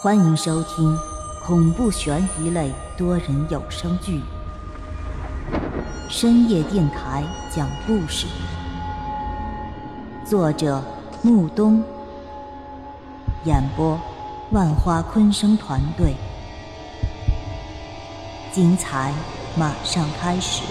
欢迎收听恐怖悬疑类多人有声剧《深夜电台讲故事》，作者木冬，演播万花昆声团队。精彩马上开始。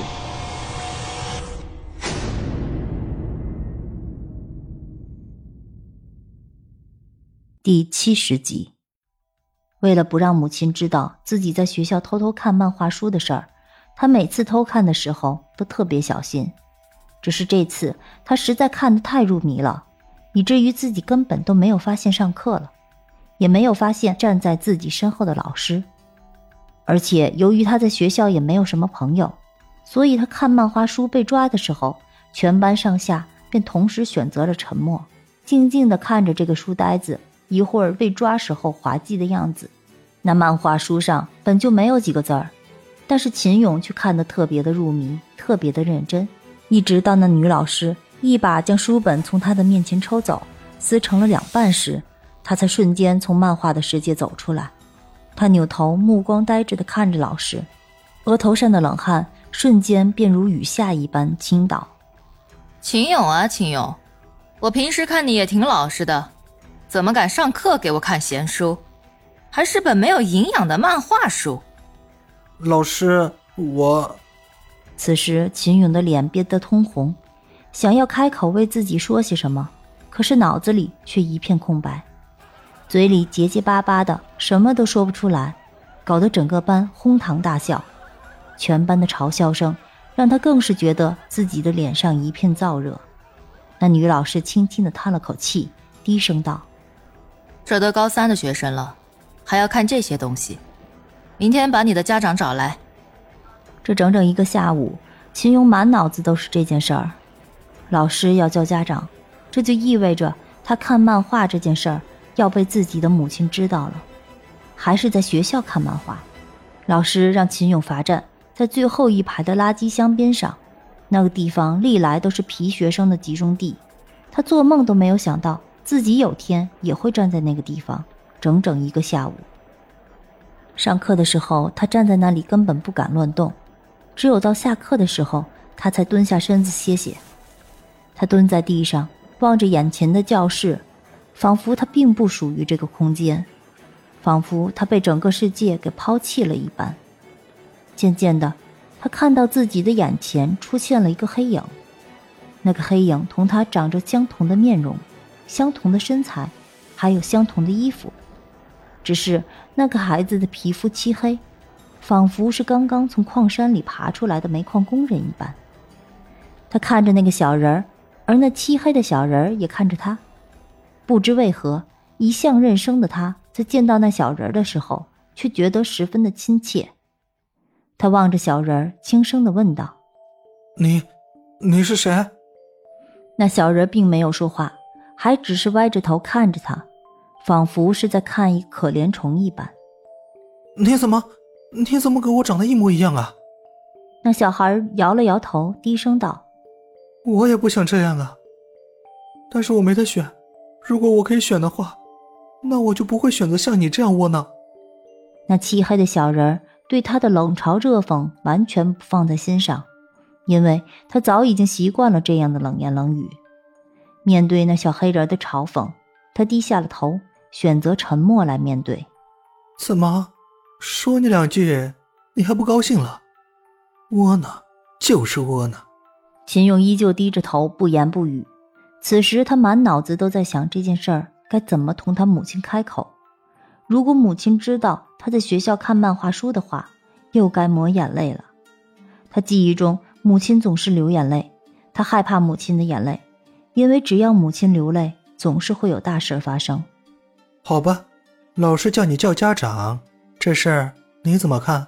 第70集。为了不让母亲知道自己在学校偷偷看漫画书的事儿，他每次偷看的时候都特别小心。只是这次他实在看得太入迷了，以至于自己根本都没有发现上课了，也没有发现站在自己身后的老师。而且由于他在学校也没有什么朋友，所以他看漫画书被抓的时候，全班上下便同时选择了沉默，静静地看着这个书呆子一会儿被抓时候滑稽的样子。那漫画书上本就没有几个字儿，但是秦勇却看得特别的入迷，特别的认真，一直到那女老师一把将书本从他的面前抽走，撕成了两半时，他才瞬间从漫画的世界走出来。他扭头目光呆滞地看着老师，额头上的冷汗瞬间便如雨下一般倾倒。 秦勇啊秦勇，我平时看你也挺老实的，怎么敢上课给我看闲书，还是本没有营养的漫画书。 老师，我…… 此时秦勇的脸憋得通红，想要开口为自己说些什么，可是脑子里却一片空白，嘴里结结巴巴的，什么都说不出来，搞得整个班哄堂大笑。全班的嘲笑声让他更是觉得自己的脸上一片燥热。那女老师轻轻地叹了口气，低声道： 这都高3的学生了，还要看这些东西，明天把你的家长找来。 这整整一个下午，秦勇满脑子都是这件事儿。老师要叫家长，这就意味着他看漫画这件事儿要被自己的母亲知道了。还是在学校看漫画，老师让秦勇罚站在最后一排的垃圾箱边上，那个地方历来都是皮学生的集中地，他做梦都没有想到自己有天也会站在那个地方，整整一个下午。上课的时候他站在那里根本不敢乱动，只有到下课的时候他才蹲下身子歇歇。他蹲在地上望着眼前的教室，仿佛他并不属于这个空间，仿佛他被整个世界给抛弃了一般。渐渐的，他看到自己的眼前出现了一个黑影，那个黑影同他长着相同的面容，相同的身材，还有相同的衣服，只是那个孩子的皮肤漆黑，仿佛是刚刚从矿山里爬出来的煤矿工人一般。他看着那个小人儿，而那漆黑的小人儿也看着他。不知为何，一向认生的他在见到那小人儿的时候却觉得十分的亲切。他望着小人儿轻声地问道： 你是谁？ 那小人并没有说话，还只是歪着头看着他，仿佛是在看一可怜虫一般。 你怎么跟我长得一模一样啊？ 那小孩摇了摇头，低声道： 我也不想这样啊，但是我没得选，如果我可以选的话，那我就不会选择像你这样窝囊。 那漆黑的小人对他的冷嘲热讽完全不放在心上，因为他早已经习惯了这样的冷言冷语。面对那小黑人的嘲讽，他低下了头，选择沉默来面对。 怎么说你两句你还不高兴了？窝囊就是窝囊。 秦勇依旧低着头不言不语，此时他满脑子都在想这件事儿该怎么同他母亲开口。如果母亲知道他在学校看漫画书的话，又该抹眼泪了。他记忆中母亲总是流眼泪，他害怕母亲的眼泪，因为只要母亲流泪，总是会有大事发生。 好吧，老师叫你叫家长，这事儿你怎么看？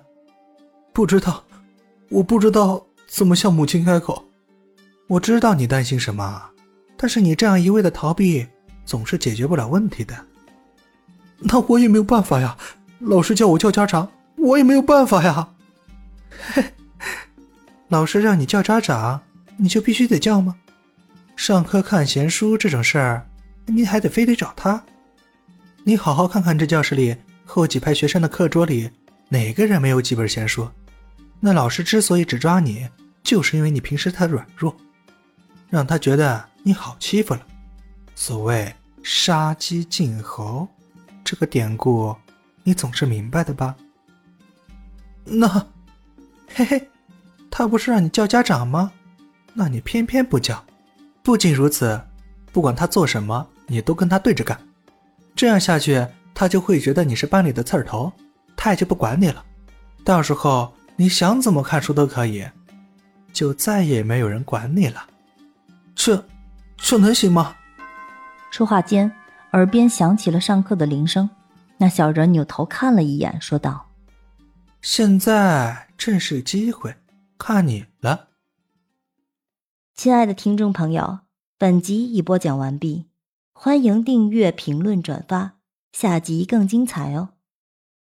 我不知道怎么向母亲开口。我知道你担心什么，但是你这样一味的逃避，总是解决不了问题的。那我也没有办法呀，老师叫我叫家长，我也没有办法呀。老师让你叫家长，你就必须得叫吗？上课看闲书这种事儿，你还得非得找他？你好好看看这教室里后几排学生的课桌里哪个人没有几本闲书？那老师之所以只抓你，就是因为你平时太软弱，让他觉得你好欺负了。所谓杀鸡儆猴，这个典故你总是明白的吧？那，嘿嘿，他不是让你叫家长吗？那你偏偏不叫。不仅如此，不管他做什么，你都跟他对着干。这样下去，他就会觉得你是班里的刺儿头，他也就不管你了。到时候你想怎么看书都可以，就再也没有人管你了。这能行吗？ 说话间，耳边响起了上课的铃声。那小人扭头看了一眼，说道： 现在正是机会，看你了。 亲爱的听众朋友，本集已播讲完毕，欢迎订阅、评论、转发，下集更精彩哦。